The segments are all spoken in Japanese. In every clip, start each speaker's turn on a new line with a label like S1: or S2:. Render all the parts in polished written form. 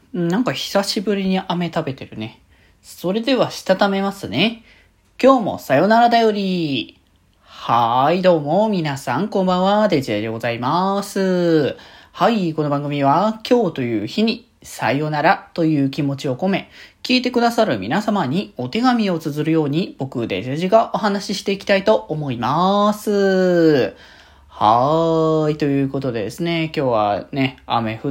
S1: なんか久しぶりに飴食べてるね。それではしたためますね。今日もさよならだより。どうも皆さんこんばんは、デジェでございます。はい、この番組は今日という日にさよならという気持ちを込め、聞いてくださる皆様にお手紙を綴るように僕デジェジがお話ししていきたいと思います。ということでですね、今日はね、雨降って、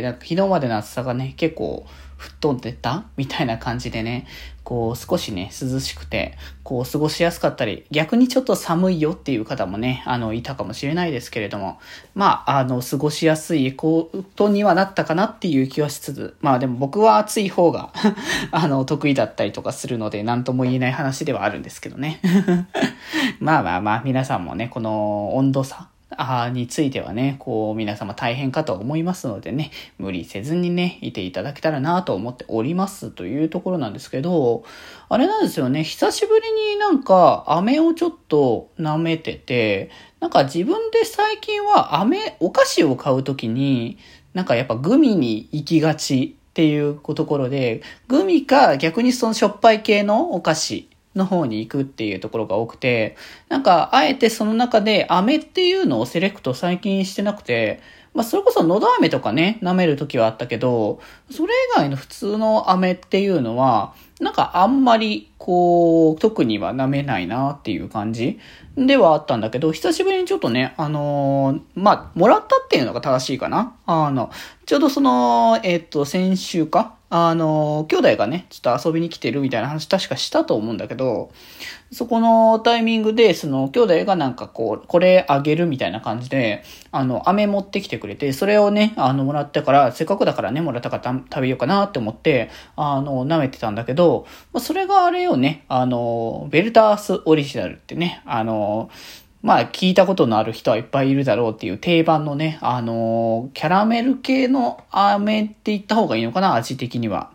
S1: なんか昨日までの暑さがね、結構吹っ飛んでたみたいな感じでね、こう少しね、涼しくて、こう過ごしやすかったり、逆にちょっと寒いよっていう方もね、いたかもしれないですけれども、過ごしやすいことにはなったかなっていう気はしつつ、でも僕は暑い方が得意だったりとかするので、なんとも言えない話ではあるんですけどね。皆さんもね、この温度差についてはね、こう皆様大変かと思いますのでね、無理せずにね、いていただけたらなと思っておりますというところなんですけど、あれなんですよね、久しぶりになんか飴をちょっと舐めてて、なんか自分で最近はお菓子を買うときに、なんかやっぱグミに行きがちっていうところで、グミか逆にそのしょっぱい系のお菓子の方に行くっていうところが多くて、なんか、あえてその中で飴っていうのをセレクト最近してなくて、それこそのど飴とかね、舐めるときはあったけど、それ以外の普通の飴っていうのは、なんかあんまり、特には舐めないなっていう感じではあったんだけど、久しぶりにちょっとね、もらったっていうのが正しいかな。ちょうど先週か兄弟がね、ちょっと遊びに来てるみたいな話確かしたと思うんだけど、そこのタイミングで、その兄弟がなんかこれあげるみたいな感じで、飴持ってきてくれて、それをね、もらったから、せっかくだからね、もらったから食べようかなって思って、舐めてたんだけど、それがあれよね、ベルタースオリジナルってね、聞いたことのある人はいっぱいいるだろうっていう定番のね、キャラメル系の飴って言った方がいいのかな、味的には。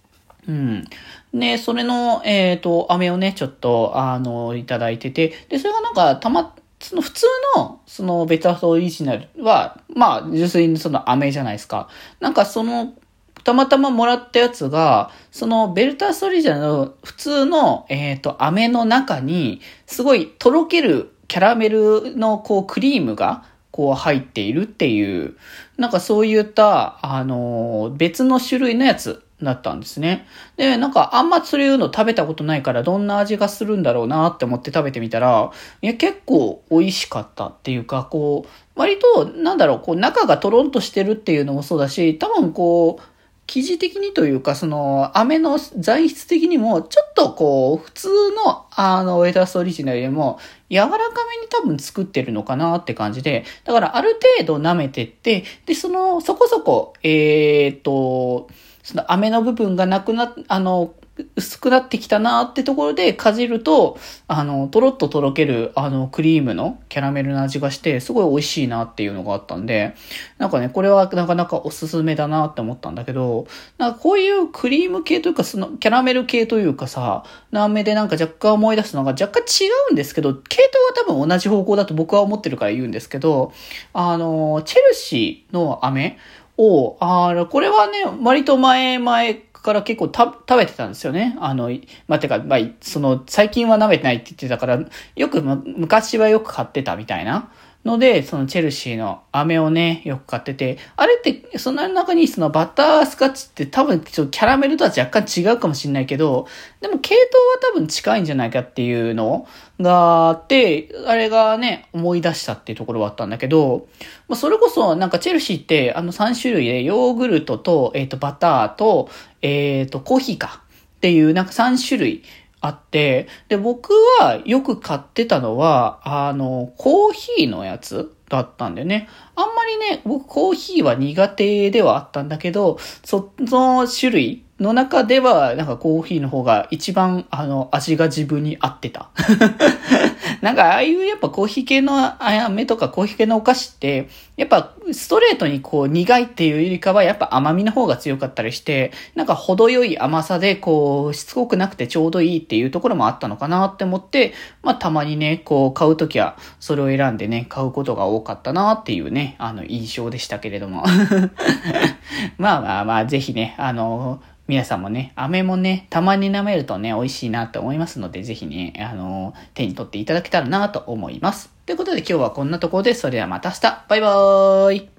S1: で、それの、飴をね、ちょっと、いただいてて、で、それがなんか、その普通の、そのベタースオリジナルは、純粋にその飴じゃないですか。なんかたまたまもらったやつが、そのベルタースオリジナルの普通の、飴の中に、すごいとろけるキャラメルのクリームが入っているっていう、なんかそういった、別の種類のやつだったんですね。で、なんかあんまそういうの食べたことないからどんな味がするんだろうなって思って食べてみたら、結構美味しかったっていうか、割と、中がトロンとしてるっていうのもそうだし、多分生地的にというか、その、飴の材質的にも、ちょっと普通の、ウェタスオリジナルよりも、柔らかめに多分作ってるのかなって感じで、だからある程度舐めてって、で、そこそこ、その飴の部分が薄くなってきたなってところでかじると、とろっととろける、クリームのキャラメルの味がして、すごい美味しいなっていうのがあったんで、なんかね、これはなかなかおすすめだなって思ったんだけど、なんかこういうクリーム系というか、そのキャラメル系というかさ、飴でなんか若干思い出すのが若干違うんですけど、系統は多分同じ方向だと僕は思ってるから言うんですけど、チェルシーの飴を、これはね、割と前から結構食べてたんですよね。最近は舐めてないって言ってたから、昔はよく買ってたみたいなので、そのチェルシーの飴をね、よく買ってて、あれって、その中にそのバタースカッチって多分ちょっとキャラメルとは若干違うかもしれないけど、でも系統は多分近いんじゃないかっていうのがあって、あれがね、思い出したっていうところはあったんだけど、それこそなんかチェルシーって3種類でヨーグルトと、バターと、コーヒーかっていうなんか3種類あって、で、僕はよく買ってたのは、コーヒーのやつだったんだよね。あんまりね、僕コーヒーは苦手ではあったんだけど、その種類の中では、なんかコーヒーの方が一番、味が自分に合ってた。なんか、ああいうやっぱコーヒー系の飴とかコーヒー系のお菓子って、やっぱストレートにこう苦いっていうよりかは、やっぱ甘みの方が強かったりして、なんか程よい甘さでこう、しつこくなくてちょうどいいっていうところもあったのかなって思って、まあたまにね、こう買うときはそれを選んでね、買うことが多かったなっていうね、印象でしたけれども。まあまあまあ、ぜひね、皆さんもね、飴もね、たまに舐めるとね、美味しいなと思いますので、ぜひね、手に取っていただけたらなと思います。ということで今日はこんなところで、それではまた明日、バイバーイ。